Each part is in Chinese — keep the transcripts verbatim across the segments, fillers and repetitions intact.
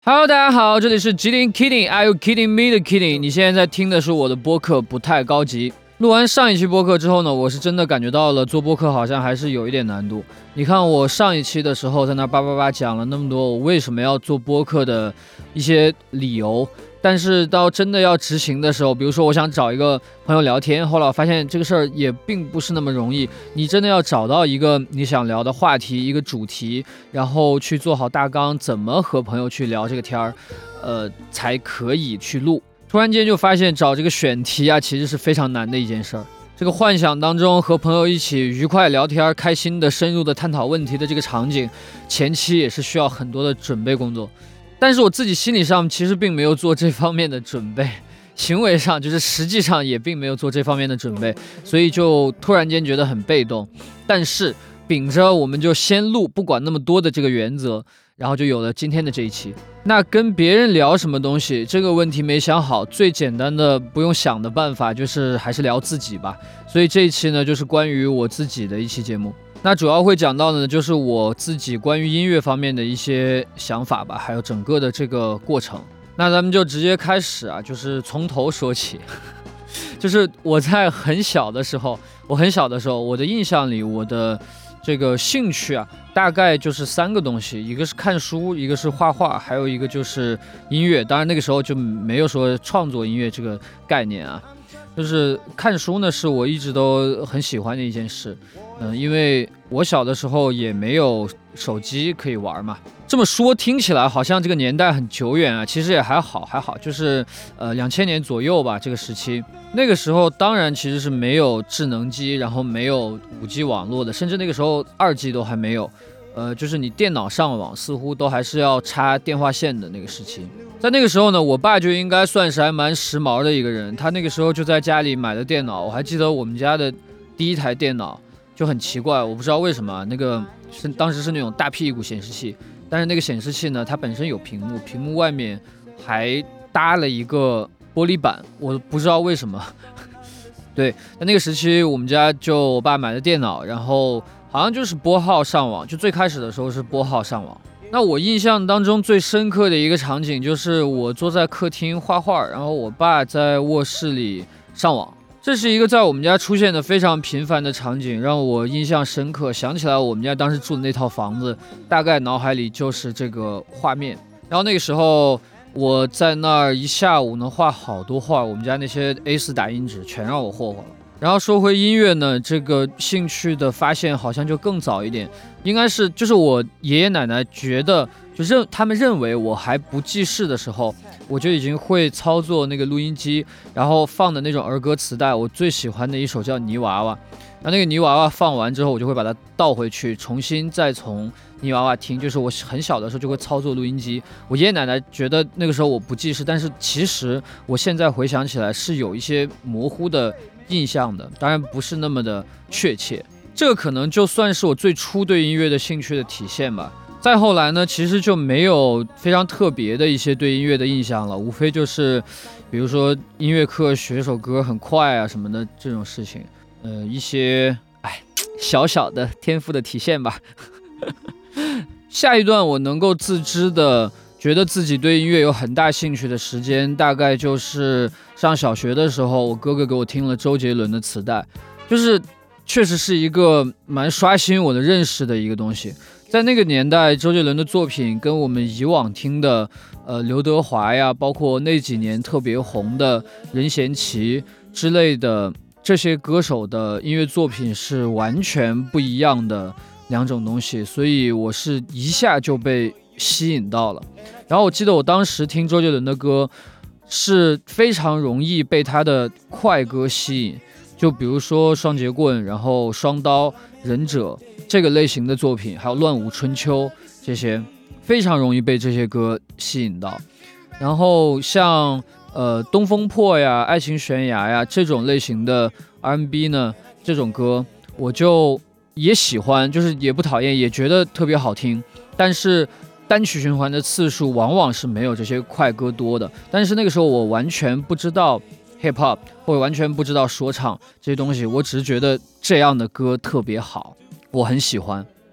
Hello， 大家好，这里是吉林 Kidding，Are you kidding me 的 Kidding？ 你现在在听的是我的播客，不太高级。录完上一期播客之后呢，我是真的感觉到了做播客好像还是有一点难度。你看我上一期的时候在那叭叭叭讲了那么多我为什么要做播客的一些理由，但是到真的要执行的时候，比如说我想找一个朋友聊天，后来我发现这个事儿也并不是那么容易。你真的要找到一个你想聊的话题，一个主题，然后去做好大纲，怎么和朋友去聊这个天儿，呃，才可以去录。突然间就发现找这个选题啊，其实是非常难的一件事儿。这个幻想当中和朋友一起愉快聊天、开心的、深入的探讨问题的这个场景，前期也是需要很多的准备工作。但是我自己心理上其实并没有做这方面的准备，行为上就是实际上也并没有做这方面的准备，所以就突然间觉得很被动。但是秉着我们就先录，不管那么多的这个原则，然后就有了今天的这一期。那跟别人聊什么东西这个问题没想好，最简单的不用想的办法就是还是聊自己吧。所以这一期呢就是关于我自己的一期节目。那主要会讲到的呢就是我自己关于音乐方面的一些想法吧，还有整个的这个过程。那咱们就直接开始啊，就是从头说起。就是我在很小的时候，我很小的时候，我的印象里，我的这个兴趣啊，大概就是三个东西，一个是看书，一个是画画，还有一个就是音乐。当然那个时候就没有说创作音乐这个概念啊。就是看书呢，是我一直都很喜欢的一件事。嗯，因为我小的时候也没有手机可以玩嘛。这么说听起来好像这个年代很久远啊，其实也还好还好，就是呃两千年左右吧，这个时期。那个时候当然其实是没有智能机，然后没有五 G 网络的，甚至那个时候二 G 都还没有。呃，就是你电脑上网似乎都还是要插电话线的那个时期。在那个时候呢，我爸就应该算是还蛮时髦的一个人，他那个时候就在家里买了电脑。我还记得我们家的第一台电脑就很奇怪，我不知道为什么，那个是当时是那种大屁股显示器，但是那个显示器呢，它本身有屏幕，屏幕外面还搭了一个玻璃板，我不知道为什么。对，在那个时期我们家就我爸买了电脑，然后好像就是拨号上网，就最开始的时候是拨号上网。那我印象当中最深刻的一个场景就是我坐在客厅画画，然后我爸在卧室里上网。这是一个在我们家出现的非常频繁的场景，让我印象深刻。想起来我们家当时住的那套房子，大概脑海里就是这个画面。然后那个时候我在那儿一下午能画好多画，我们家那些 A 四 打印纸全让我霍霍了。然后说回音乐呢，这个兴趣的发现好像就更早一点，应该是就是我爷爷奶奶觉得，就认他们认为我还不记事的时候，我就已经会操作那个录音机，然后放的那种儿歌磁带。我最喜欢的一首叫《泥娃娃》，然后那个泥娃娃放完之后，我就会把它倒回去，重新再从泥娃娃听。就是我很小的时候就会操作录音机。我爷爷奶奶觉得那个时候我不记事，但是其实我现在回想起来是有一些模糊的印象的，当然不是那么的确切。这个可能就算是我最初对音乐的兴趣的体现吧。再后来呢，其实就没有非常特别的一些对音乐的印象了，无非就是比如说音乐课学首歌很快啊什么的这种事情，呃，一些哎小小的天赋的体现吧。下一段我能够自知的觉得自己对音乐有很大兴趣的时间，大概就是上小学的时候，我哥哥给我听了周杰伦的磁带，就是确实是一个蛮刷新我的认识的一个东西。在那个年代，周杰伦的作品跟我们以往听的呃刘德华呀，包括那几年特别红的任贤齐之类的这些歌手的音乐作品是完全不一样的两种东西，所以我是一下就被吸引到了。然后我记得我当时听周杰伦的歌是非常容易被他的快歌吸引，就比如说双截棍，然后双刀、忍者这个类型的作品，还有乱舞春秋，这些非常容易被这些歌吸引到。然后像呃东风破呀、爱情悬崖呀这种类型的 R and B 呢，这种歌我就也喜欢，就是也不讨厌，也觉得特别好听，但是单曲循环的次数往往是没有这些快歌多的。但是那个时候我完全不知道 hip hop 或者完全不知道说唱这些东西，我只是觉得这样的歌特别好，我很喜欢。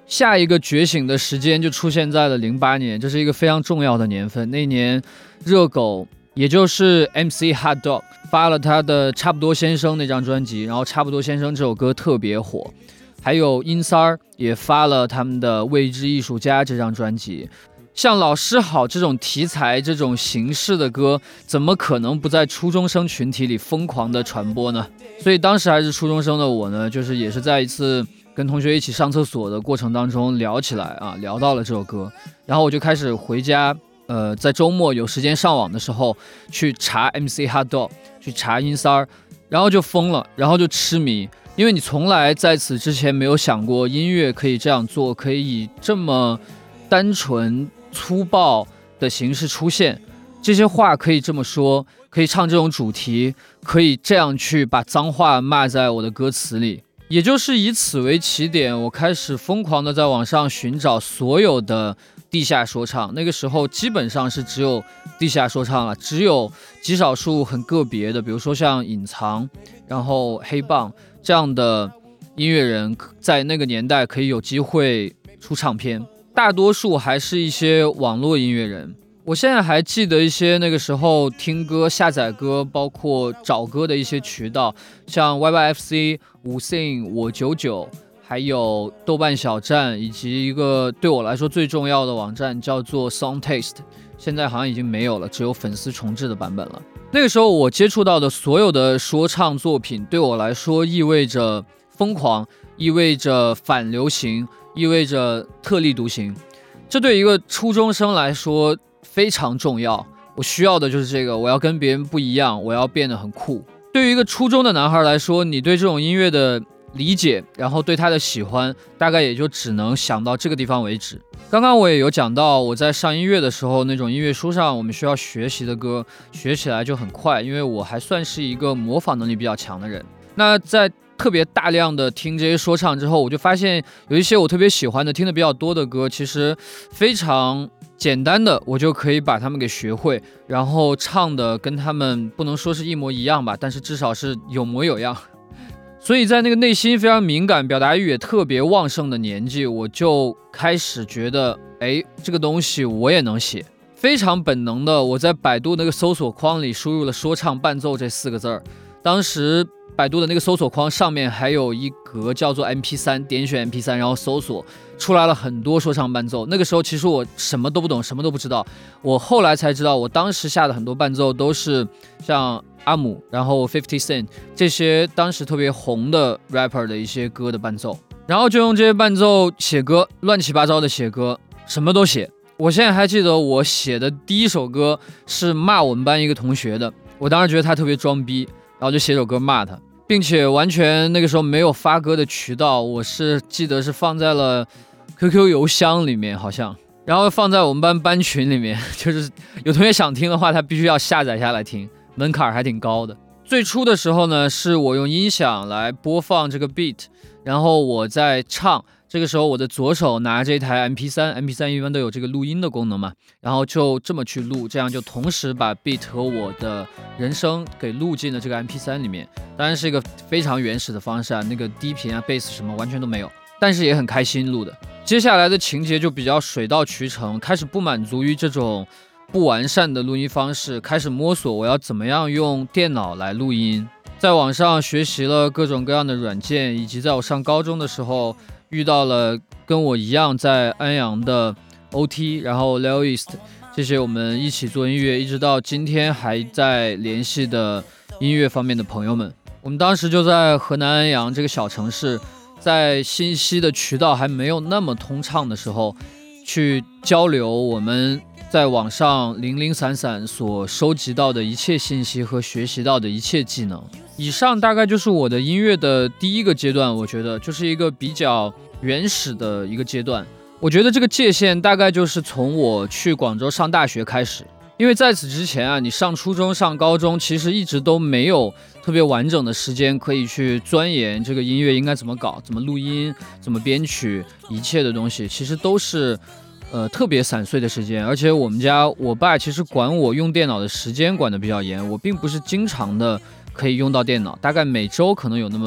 下一个觉醒的时间就出现在了零八年，这是一个非常重要的年份。那年热狗，也就是 M C Hot Dog 发了他的《差不多先生》那张专辑，然后《差不多先生》这首歌特别火。还有阴三儿也发了他们的《未知艺术家》这张专辑。像老师好这种题材、这种形式的歌，怎么可能不在初中生群体里疯狂的传播呢？所以当时还是初中生的我呢，就是也是在一次跟同学一起上厕所的过程当中聊起来啊，聊到了这首歌，然后我就开始回家，呃，在周末有时间上网的时候去查 M C Hot Dog， 去查阴三儿，然后就疯了，然后就痴迷。因为你从来在此之前没有想过音乐可以这样做，可以以这么单纯粗暴的形式出现，这些话可以这么说，可以唱这种主题，可以这样去把脏话骂在我的歌词里。也就是以此为起点，我开始疯狂的在网上寻找所有的地下说唱。那个时候基本上是只有地下说唱了，只有极少数很个别的，比如说像隐藏，然后黑棒这样的音乐人在那个年代可以有机会出唱片，大多数还是一些网络音乐人。我现在还记得一些那个时候听歌、下载歌，包括找歌的一些渠道，像 Y Y F C、五 Sing、我九九，还有豆瓣小站，以及一个对我来说最重要的网站叫做 Song Taste， 现在好像已经没有了，只有粉丝重制的版本了。那个时候我接触到的所有的说唱作品，对我来说意味着疯狂，意味着反流行，意味着特立独行。这对一个初中生来说非常重要，我需要的就是这个，我要跟别人不一样，我要变得很酷。对于一个初中的男孩来说，你对这种音乐的理解，然后对他的喜欢，大概也就只能想到这个地方为止。刚刚我也有讲到，我在上音乐的时候，那种音乐书上我们需要学习的歌，学起来就很快，因为我还算是一个模仿能力比较强的人。那在特别大量的听这些说唱之后，我就发现有一些我特别喜欢的、听的比较多的歌，其实非常简单的，我就可以把他们给学会，然后唱的跟他们不能说是一模一样吧，但是至少是有模有样。所以在那个内心非常敏感、表达欲也特别旺盛的年纪，我就开始觉得，哎，这个东西我也能写。非常本能的，我在百度那个搜索框里输入了说唱伴奏这四个字儿。当时百度的那个搜索框上面还有一格叫做 M P 三， 点选 M P 三， 然后搜索出来了很多说唱伴奏。那个时候其实我什么都不懂，什么都不知道。我后来才知道，我当时下的很多伴奏都是像阿姆，然后五十 Cent 这些当时特别红的 rapper 的一些歌的伴奏，然后就用这些伴奏写歌，乱七八糟的写歌，什么都写。我现在还记得我写的第一首歌是骂我们班一个同学的，我当时觉得他特别装逼，然后就写首歌骂他，并且完全那个时候没有发歌的渠道，我是记得是放在了 Q Q 邮箱里面好像，然后放在我们班班群里面，就是有同学想听的话他必须要下载下来听，门槛还挺高的。最初的时候呢，是我用音响来播放这个 beat， 然后我在唱，这个时候我的左手拿这台 M P 三， M P 三 一般都有这个录音的功能嘛，然后就这么去录，这样就同时把 beat 和我的人声给录进了这个 M P 三 里面。当然是一个非常原始的方式啊，那个低频啊 bass 什么完全都没有，但是也很开心录的。接下来的情节就比较水到渠成，开始不满足于这种不完善的录音方式，开始摸索我要怎么样用电脑来录音。在网上学习了各种各样的软件，以及在我上高中的时候遇到了跟我一样在安阳的 O T， 然后 Leo East 这些我们一起做音乐，一直到今天还在联系的音乐方面的朋友们。我们当时就在河南安阳这个小城市，在信息的渠道还没有那么通畅的时候，去交流我们在网上零零散散所收集到的一切信息和学习到的一切技能。以上大概就是我的音乐的第一个阶段，我觉得就是一个比较原始的一个阶段。我觉得这个界限大概就是从我去广州上大学开始，因为在此之前啊，你上初中上高中其实一直都没有特别完整的时间可以去钻研这个音乐应该怎么搞，怎么录音，怎么编曲，一切的东西其实都是呃特别散碎的时间。而且我们家我爸其实管我用电脑的时间管得比较严，我并不是经常的可以用到电脑，大概每周可能有那么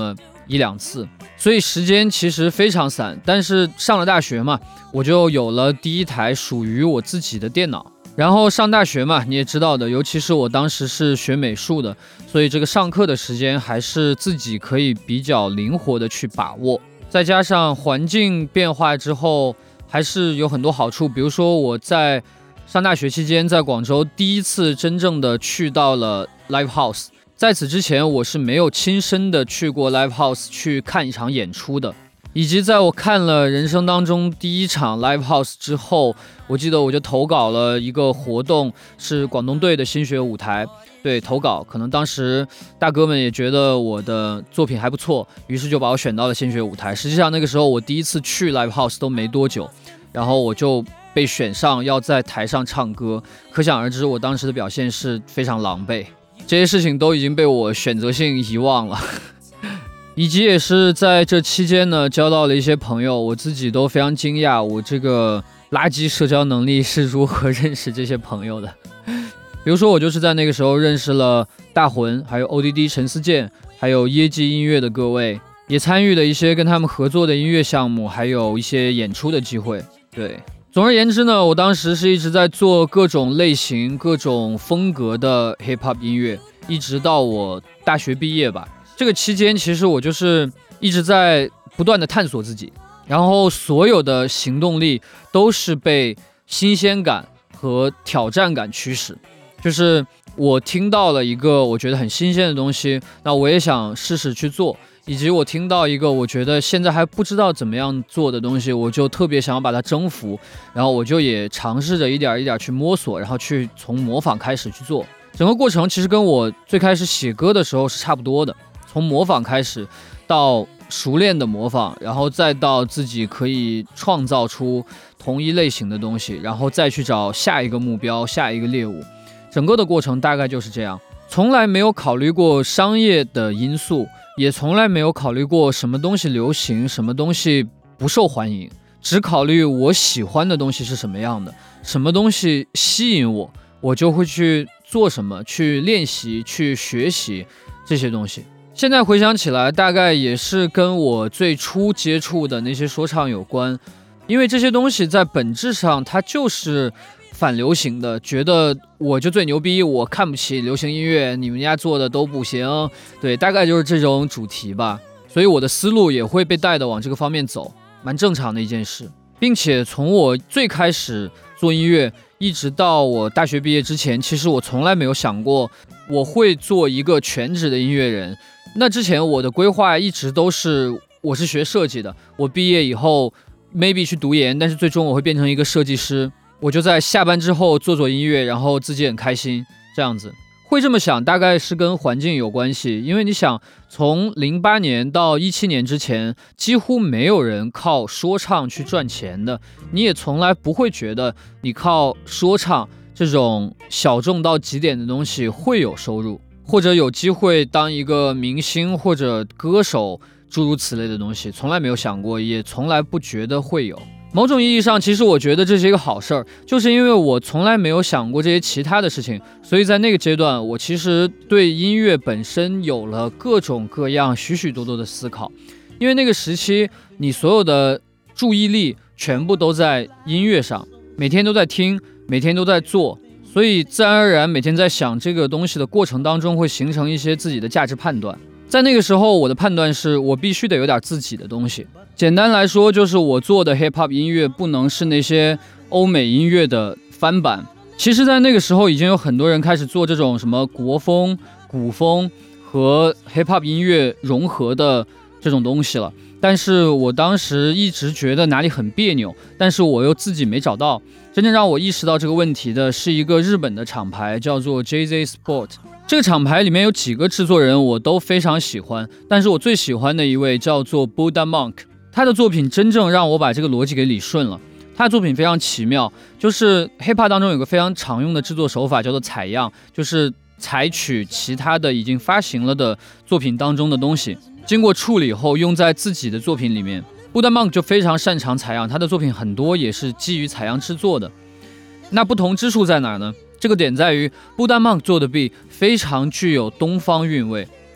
一两次，所以时间其实非常散。但是上了大学嘛，我就有了第一台属于我自己的电脑。然后上大学嘛，你也知道的，尤其是我当时是学美术的，所以这个上课的时间还是自己可以比较灵活的去把握。再加上环境变化之后，还是有很多好处。比如说我在上大学期间，在广州第一次真正的去到了 live house， 在此之前我是没有亲身的去过 live house 去看一场演出的。以及在我看了人生当中第一场 live house 之后，我记得我就投稿了一个活动，是广东队的新学舞台，对，投稿，可能当时大哥们也觉得我的作品还不错，于是就把我选到了新学舞台。实际上那个时候我第一次去 live house 都没多久，然后我就被选上要在台上唱歌，可想而知我当时的表现是非常狼狈，这些事情都已经被我选择性遗忘了。以及也是在这期间呢，交到了一些朋友，我自己都非常惊讶，我这个垃圾社交能力是如何认识这些朋友的。比如说我就是在那个时候认识了大魂，还有 O D D 陈思健，还有椰鸡音乐的各位，也参与了一些跟他们合作的音乐项目，还有一些演出的机会。对，总而言之呢，我当时是一直在做各种类型、各种风格的 hip hop 音乐，一直到我大学毕业吧。这个期间其实我就是一直在不断的探索自己，然后所有的行动力都是被新鲜感和挑战感驱使。就是我听到了一个我觉得很新鲜的东西，那我也想试试去做，以及我听到一个我觉得现在还不知道怎么样做的东西，我就特别想要把它征服，然后我就也尝试着一点一点去摸索，然后去从模仿开始去做。整个过程其实跟我最开始写歌的时候是差不多的，从模仿开始，到熟练的模仿，然后再到自己可以创造出同一类型的东西，然后再去找下一个目标、下一个猎物。整个的过程大概就是这样，从来没有考虑过商业的因素，也从来没有考虑过什么东西流行，什么东西不受欢迎，只考虑我喜欢的东西是什么样的，什么东西吸引我，我就会去做什么，去练习，去学习这些东西。现在回想起来，大概也是跟我最初接触的那些说唱有关，因为这些东西在本质上它就是反流行的，觉得我就最牛逼，我看不起流行音乐，你们家做的都不行，对，大概就是这种主题吧。所以我的思路也会被带的往这个方面走，蛮正常的一件事。并且从我最开始做音乐一直到我大学毕业之前，其实我从来没有想过我会做一个全职的音乐人。那之前我的规划一直都是，我是学设计的，我毕业以后 maybe 去读研，但是最终我会变成一个设计师，我就在下班之后做做音乐，然后自己很开心，这样子。会这么想大概是跟环境有关系，因为你想从零八年到一七年之前，几乎没有人靠说唱去赚钱的，你也从来不会觉得你靠说唱这种小众到极点的东西会有收入，或者有机会当一个明星或者歌手，诸如此类的东西，从来没有想过，也从来不觉得会有。某种意义上，其实我觉得这是一个好事儿，就是因为我从来没有想过这些其他的事情，所以在那个阶段，我其实对音乐本身有了各种各样许许多多的思考。因为那个时期，你所有的注意力全部都在音乐上，每天都在听，每天都在做，所以自然而然每天在想这个东西的过程当中，会形成一些自己的价值判断。在那个时候，我的判断是我必须得有点自己的东西。简单来说，就是我做的 hip hop 音乐不能是那些欧美音乐的翻版。其实在那个时候已经有很多人开始做这种什么国风、古风和 hip hop 音乐融合的这种东西了，但是我当时一直觉得哪里很别扭，但是我又自己没找到。真正让我意识到这个问题的是一个日本的厂牌，叫做 J Z Sport。这个厂牌里面有几个制作人我都非常喜欢，但是我最喜欢的一位叫做 Buddha Monk， 他的作品真正让我把这个逻辑给理顺了。他的作品非常奇妙，就是 hiphop 当中有个非常常用的制作手法叫做采样，就是采取其他的已经发行了的作品当中的东西，经过处理后用在自己的作品里面。Buddha Monk 就非常擅长采样，他的作品很多也是基于采样制作的。那不同之处在哪呢？这个点在于 Buddha Monk 做的 beat 非常具有东方韵味，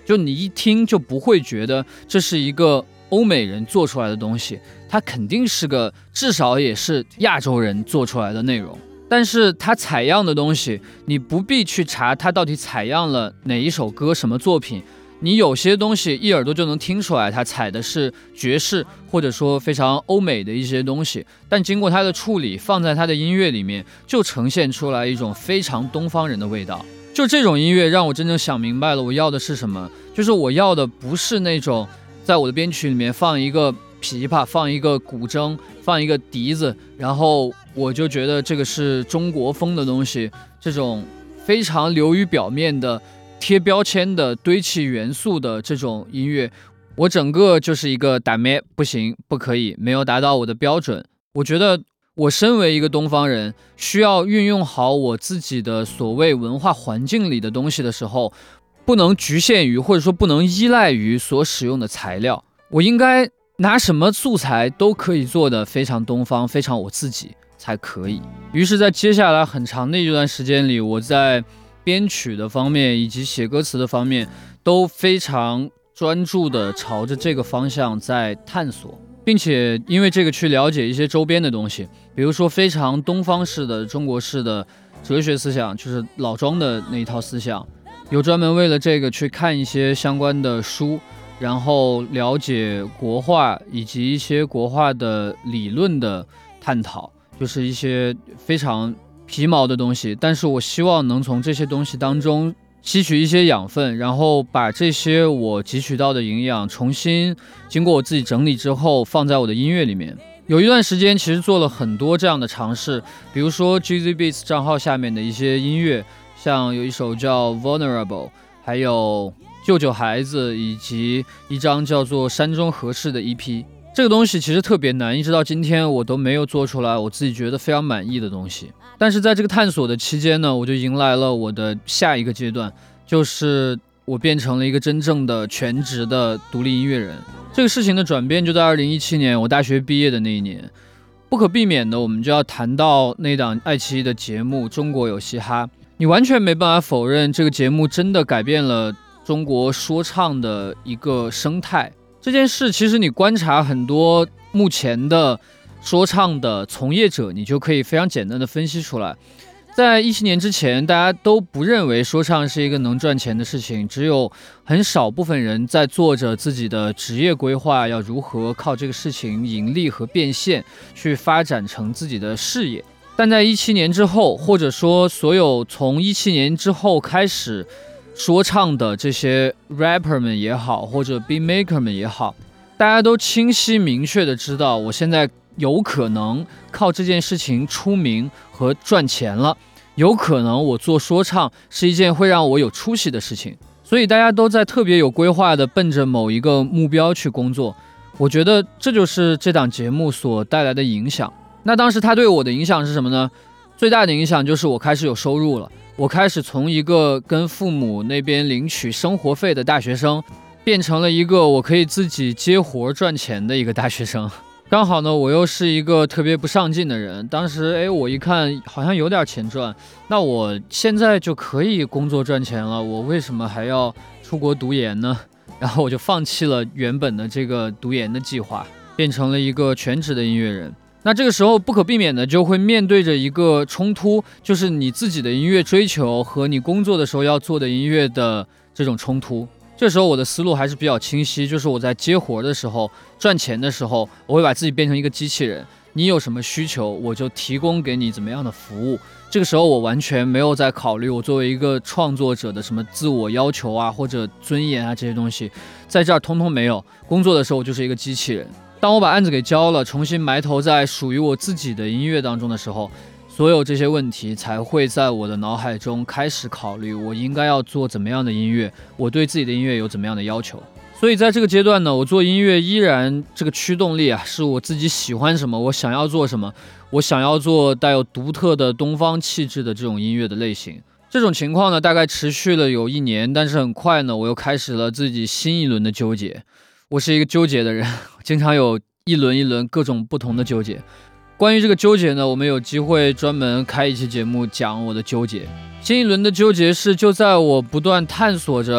就你一听就不会觉得这是一个欧美人做出来的东西，它肯定是个至少也是亚洲人做出来的内容。但是它采样的东西，你不必去查它到底采样了哪一首歌什么作品，你有些东西一耳朵就能听出来它采的是爵士或者说非常欧美的一些东西，但经过它的处理放在它的音乐里面，就呈现出来一种非常东方人的味道。就这种音乐让我真正想明白了我要的是什么，就是我要的不是那种在我的编曲里面放一个琵琶，放一个古筝，放一个笛子，然后我就觉得这个是中国风的东西，这种非常流于表面的贴标签的堆砌元素的这种音乐，我整个就是一个打咩，不行，不可以，没有达到我的标准。我觉得我身为一个东方人，需要运用好我自己的所谓文化环境里的东西的时候，不能局限于或者说不能依赖于所使用的材料，我应该拿什么素材都可以做的非常东方，非常我自己才可以。于是在接下来很长的一段时间里，我在编曲的方面以及写歌词的方面都非常专注的朝着这个方向在探索，并且因为这个去了解一些周边的东西，比如说非常东方式的中国式的哲学思想，就是老庄的那一套思想，有专门为了这个去看一些相关的书，然后了解国画以及一些国画的理论的探讨，就是一些非常皮毛的东西，但是我希望能从这些东西当中吸取一些养分，然后把这些我汲取到的营养重新经过我自己整理之后放在我的音乐里面。有一段时间其实做了很多这样的尝试，比如说 G Z Beats 账号下面的一些音乐，像有一首叫 Vulnerable， 还有救救孩子，以及一张叫做山中和世的 E P。 这个东西其实特别难，一直到今天我都没有做出来我自己觉得非常满意的东西。但是在这个探索的期间呢，我就迎来了我的下一个阶段，就是我变成了一个真正的全职的独立音乐人。这个事情的转变就在二零一七年我大学毕业的那一年，不可避免的我们就要谈到那档爱奇艺的节目《中国有嘻哈》。你完全没办法否认这个节目真的改变了中国说唱的一个生态。这件事其实你观察很多目前的说唱的从业者，你就可以非常简单的分析出来。在一七年之前，大家都不认为说唱是一个能赚钱的事情，只有很少部分人在做着自己的职业规划，要如何靠这个事情盈利和变现，去发展成自己的事业。但在一七年之后，或者说所有从一七年之后开始说唱的这些 rapper 们也好，或者 beat maker 们也好，大家都清晰明确的知道，我现在有可能靠这件事情出名和赚钱了，有可能我做说唱是一件会让我有出息的事情，所以大家都在特别有规划的奔着某一个目标去工作。我觉得这就是这档节目所带来的影响。那当时它对我的影响是什么呢？最大的影响就是我开始有收入了，我开始从一个跟父母那边领取生活费的大学生，变成了一个我可以自己接活赚钱的一个大学生。刚好呢，我又是一个特别不上进的人，当时哎，我一看好像有点钱赚，那我现在就可以工作赚钱了，我为什么还要出国读研呢？然后我就放弃了原本的这个读研的计划，变成了一个全职的音乐人。那这个时候不可避免的就会面对着一个冲突，就是你自己的音乐追求和你工作的时候要做的音乐的这种冲突。这时候我的思路还是比较清晰，就是我在接活的时候，赚钱的时候，我会把自己变成一个机器人，你有什么需求我就提供给你怎么样的服务。这个时候我完全没有在考虑我作为一个创作者的什么自我要求啊，或者尊严啊，这些东西在这儿通通没有。工作的时候我就是一个机器人，当我把案子给交了，重新埋头在属于我自己的音乐当中的时候，所有这些问题才会在我的脑海中开始考虑，我应该要做怎么样的音乐，我对自己的音乐有怎么样的要求。所以在这个阶段呢，我做音乐依然这个驱动力啊，是我自己喜欢什么，我想要做什么，我想要做带有独特的东方气质的这种音乐的类型。这种情况呢，大概持续了有一年，但是很快呢，我又开始了自己新一轮的纠结。我是一个纠结的人，经常有一轮一轮各种不同的纠结。关于这个纠结呢，我们有机会专门开一期节目讲我的纠结。新一轮的纠结是就在我不断探索着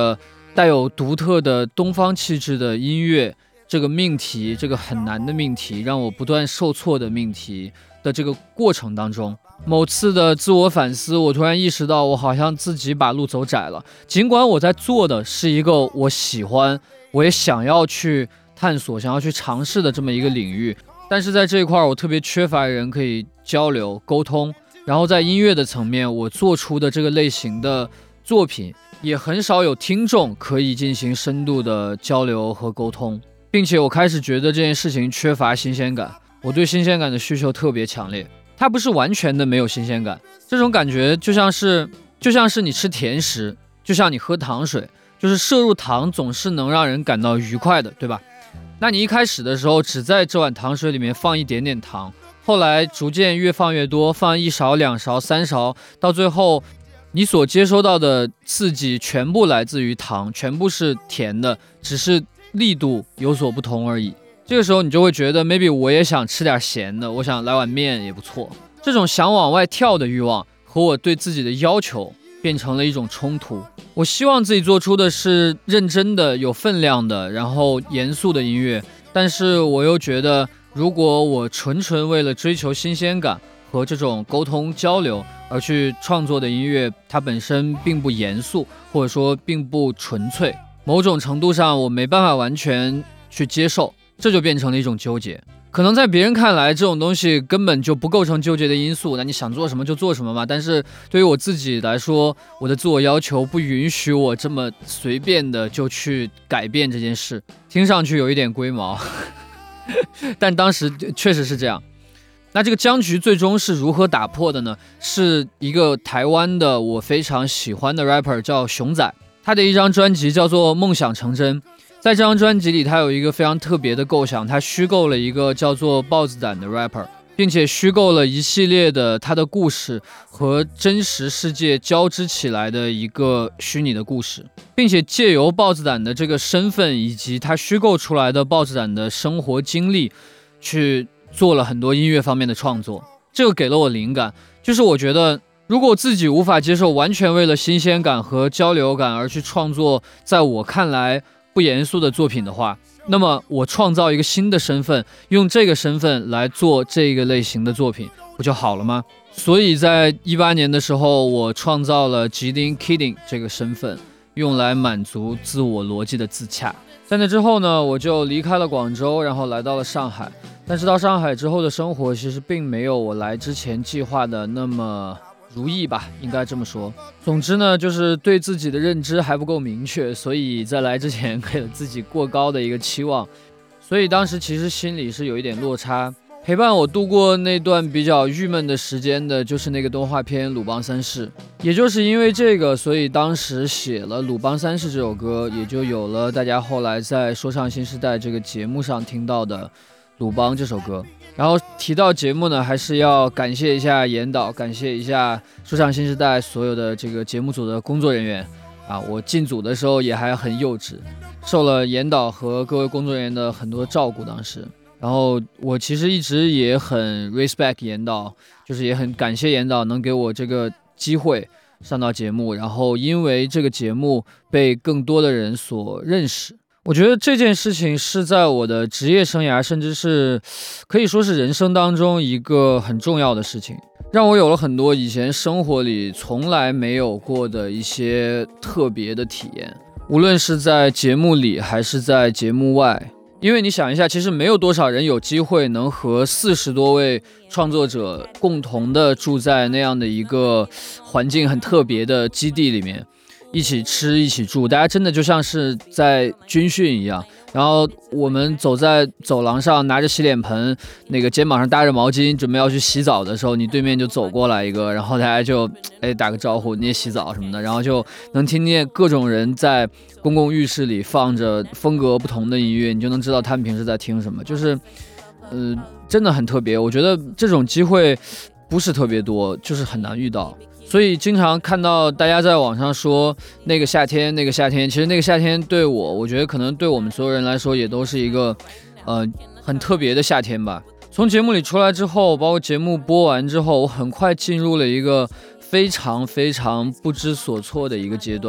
带有独特的东方气质的音乐这个命题，这个很难的命题，让我不断受挫的命题的这个过程当中，某次的自我反思，我突然意识到我好像自己把路走窄了。尽管我在做的是一个我喜欢，我也想要去探索，想要去尝试的这么一个领域，但是在这一块我特别缺乏人可以交流沟通。然后在音乐的层面，我做出的这个类型的作品也很少有听众可以进行深度的交流和沟通，并且我开始觉得这件事情缺乏新鲜感，我对新鲜感的需求特别强烈。它不是完全的没有新鲜感，这种感觉就像是就像是你吃甜食，就像你喝糖水，就是摄入糖总是能让人感到愉快的，对吧？那你一开始的时候只在这碗糖水里面放一点点糖，后来逐渐越放越多，放一勺两勺三勺，到最后你所接收到的刺激全部来自于糖，全部是甜的，只是力度有所不同而已。这个时候你就会觉得 maybe 我也想吃点咸的，我想来碗面也不错。这种想往外跳的欲望和我对自己的要求变成了一种冲突。我希望自己做出的是认真的、有分量的，然后严肃的音乐，但是我又觉得如果我纯纯为了追求新鲜感和这种沟通交流而去创作的音乐，它本身并不严肃，或者说并不纯粹，某种程度上我没办法完全去接受，这就变成了一种纠结。可能在别人看来这种东西根本就不构成纠结的因素，那你想做什么就做什么嘛。但是对于我自己来说，我的自我要求不允许我这么随便的就去改变这件事，听上去有一点龟毛但当时确实是这样。那这个僵局最终是如何打破的呢？是一个台湾的我非常喜欢的 rapper 叫熊仔，他的一张专辑叫做《梦想成真》。在这张专辑里，他有一个非常特别的构想，他虚构了一个叫做豹子胆的 rapper， 并且虚构了一系列的他的故事和真实世界交织起来的一个虚拟的故事，并且借由豹子胆的这个身份以及他虚构出来的豹子胆的生活经历，去做了很多音乐方面的创作。这个给了我灵感，就是我觉得如果我自己无法接受完全为了新鲜感和交流感而去创作在我看来不严肃的作品的话，那么我创造一个新的身份，用这个身份来做这个类型的作品不就好了吗？所以在一八年的时候，我创造了 Jilin Kidding 这个身份，用来满足自我逻辑的自洽。在那之后呢，我就离开了广州，然后来到了上海。但是到上海之后的生活其实并没有我来之前计划的那么如意吧，应该这么说。总之呢，就是对自己的认知还不够明确，所以在来之前给了自己过高的一个期望，所以当时其实心里是有一点落差。陪伴我度过那段比较郁闷的时间的就是那个动画片《鲁邦三世》，也就是因为这个，所以当时写了《鲁邦三世》这首歌，也就有了大家后来在说唱新时代这个节目上听到的鲁邦这首歌。然后提到节目呢，还是要感谢一下严导，感谢一下说唱新时代所有的这个节目组的工作人员啊。我进组的时候也还很幼稚，受了严导和各位工作人员的很多照顾当时。然后我其实一直也很 respect 严导，就是也很感谢严导能给我这个机会上到节目，然后因为这个节目被更多的人所认识。我觉得这件事情是在我的职业生涯，甚至是可以说是人生当中一个很重要的事情，让我有了很多以前生活里从来没有过的一些特别的体验，无论是在节目里还是在节目外。因为你想一下，其实没有多少人有机会能和四十多位创作者共同的住在那样的一个环境很特别的基地里面，一起吃一起住，大家真的就像是在军训一样。然后我们走在走廊上，拿着洗脸盆，那个肩膀上搭着毛巾，准备要去洗澡的时候，你对面就走过来一个，然后大家就哎打个招呼，你也洗澡什么的，然后就能听见各种人在公共浴室里放着风格不同的音乐，你就能知道他们平时在听什么，就是呃真的很特别。我觉得这种机会不是特别多，就是很难遇到。所以经常看到大家在网上说那个夏天那个夏天，其实那个夏天对我我觉得可能对我们所有人来说也都是一个呃很特别的夏天吧。从节目里出来之后，包括节目播完之后，我很快进入了一个非常非常不知所措的一个阶段。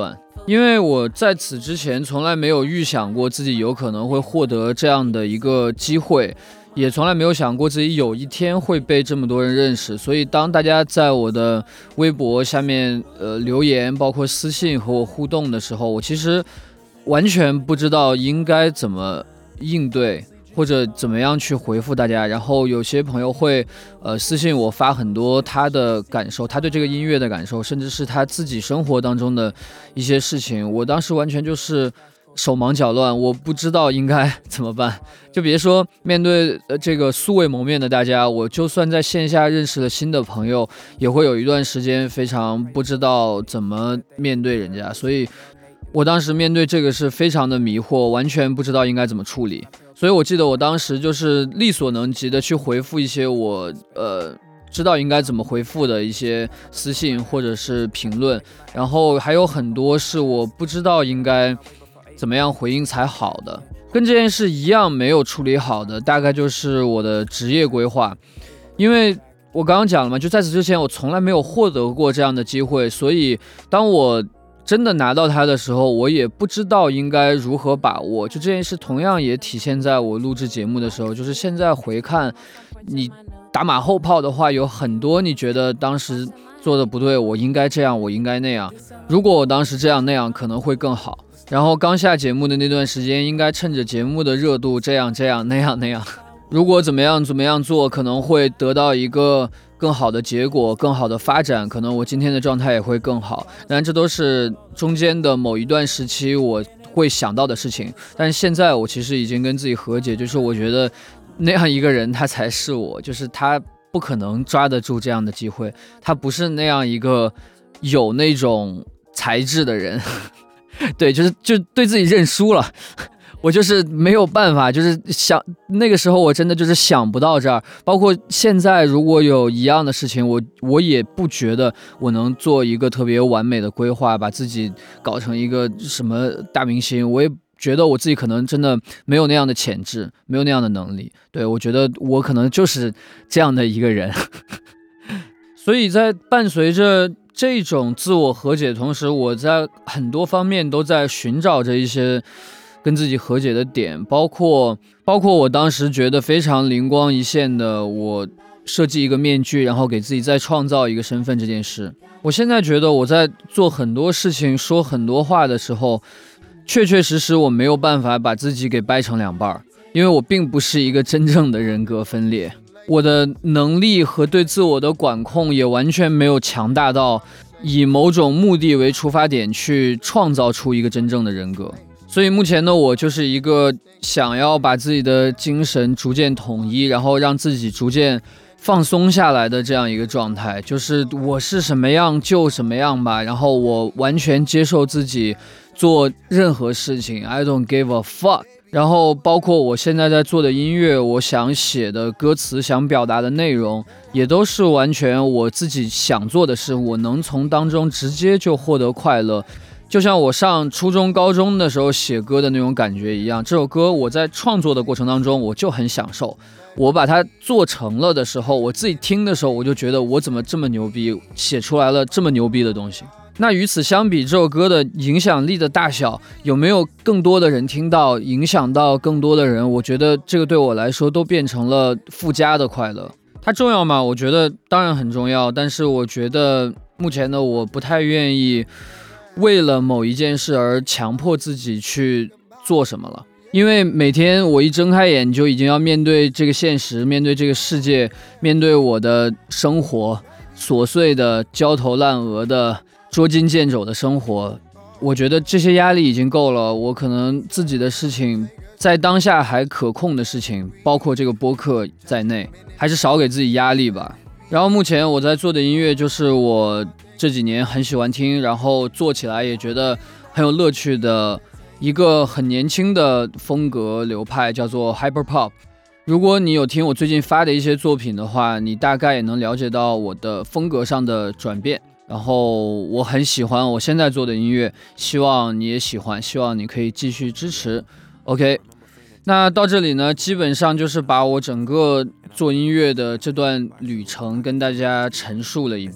因为我在此之前从来没有预想过自己有可能会获得这样的一个机会，也从来没有想过自己有一天会被这么多人认识，所以当大家在我的微博下面呃留言，包括私信和我互动的时候，我其实完全不知道应该怎么应对，或者怎么样去回复大家。然后有些朋友会呃私信我发很多他的感受，他对这个音乐的感受，甚至是他自己生活当中的一些事情，我当时完全就是手忙脚乱，我不知道应该怎么办。就别说面对呃这个素未谋面的大家，我就算在线下认识了新的朋友，也会有一段时间非常不知道怎么面对人家，所以我当时面对这个是非常的迷惑，完全不知道应该怎么处理。所以我记得我当时就是力所能及的去回复一些我呃知道应该怎么回复的一些私信或者是评论，然后还有很多是我不知道应该怎么样回应才好的。跟这件事一样没有处理好的，大概就是我的职业规划。因为我刚刚讲了嘛，就在此之前我从来没有获得过这样的机会，所以当我真的拿到它的时候，我也不知道应该如何把握。就这件事同样也体现在我录制节目的时候，就是现在回看，你打马后炮的话，有很多你觉得当时做的不对，我应该这样，我应该那样，如果我当时这样那样可能会更好。然后刚下节目的那段时间，应该趁着节目的热度这样这样那样那样，如果怎么样怎么样做，可能会得到一个更好的结果，更好的发展，可能我今天的状态也会更好。当然这都是中间的某一段时期我会想到的事情，但是现在我其实已经跟自己和解，就是我觉得那样一个人他才是我，就是他不可能抓得住这样的机会，他不是那样一个有那种才智的人对，就是就对自己认输了我就是没有办法，就是想那个时候我真的就是想不到这儿，包括现在如果有一样的事情，我我也不觉得我能做一个特别完美的规划，把自己搞成一个什么大明星，我也觉得我自己可能真的没有那样的潜质，没有那样的能力。对，我觉得我可能就是这样的一个人所以在伴随着这种自我和解的同时，我在很多方面都在寻找着一些跟自己和解的点，包括包括我当时觉得非常灵光一现的，我设计一个面具，然后给自己再创造一个身份这件事。我现在觉得我在做很多事情，说很多话的时候，确确实实我没有办法把自己给掰成两半，因为我并不是一个真正的人格分裂。我的能力和对自我的管控也完全没有强大到以某种目的为出发点去创造出一个真正的人格。所以目前呢，我就是一个想要把自己的精神逐渐统一，然后让自己逐渐放松下来的这样一个状态，就是我是什么样就什么样吧，然后我完全接受自己做任何事情 I don't give a fuck。然后包括我现在在做的音乐，我想写的歌词，想表达的内容，也都是完全我自己想做的事，我能从当中直接就获得快乐。就像我上初中高中的时候写歌的那种感觉一样，这首歌我在创作的过程当中我就很享受，我把它做成了的时候，我自己听的时候我就觉得我怎么这么牛逼，写出来了这么牛逼的东西。那与此相比，这首歌的影响力的大小，有没有更多的人听到，影响到更多的人，我觉得这个对我来说都变成了附加的快乐。它重要吗？我觉得当然很重要，但是我觉得目前的我不太愿意为了某一件事而强迫自己去做什么了。因为每天我一睁开眼就已经要面对这个现实，面对这个世界，面对我的生活，琐碎的焦头烂额的捉襟见肘的生活，我觉得这些压力已经够了。我可能自己的事情，在当下还可控的事情，包括这个播客在内，还是少给自己压力吧。然后目前我在做的音乐，就是我这几年很喜欢听，然后做起来也觉得很有乐趣的一个很年轻的风格流派，叫做 Hyperpop。如果你有听我最近发的一些作品的话，你大概也能了解到我的风格上的转变。然后我很喜欢我现在做的音乐，希望你也喜欢，希望你可以继续支持。 OK， 那到这里呢，基本上就是把我整个做音乐的这段旅程跟大家陈述了一遍。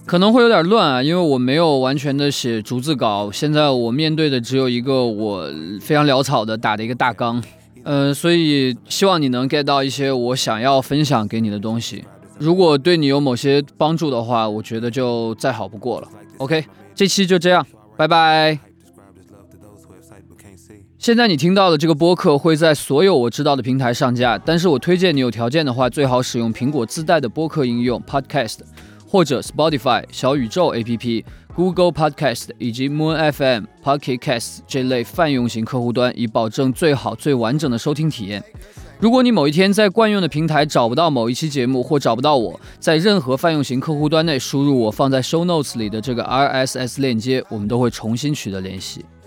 可能会有点乱啊，因为我没有完全的写逐字稿，现在我面对的只有一个我非常潦草的打的一个大纲，呃，所以希望你能 get 到一些我想要分享给你的东西。如果对你有某些帮助的话，我觉得就再好不过了。OK， 这期就这样，拜拜。现在你听到的这个播客会在所有我知道的平台上架，但是我推荐你有条件的话，最好使用苹果自带的播客应用 Podcast， 或者 Spotify、小宇宙 A P P、Google Podcast 以及 Moon F M、Pocket Casts 这类泛用型客户端，以保证最好最完整的收听体验。如果你某一天在惯用的平台找不到某一期节目，或找不到我，在任何泛用型客户端内输入我放在 show notes 里的这个 R S S 链接，我们都会重新取得联系。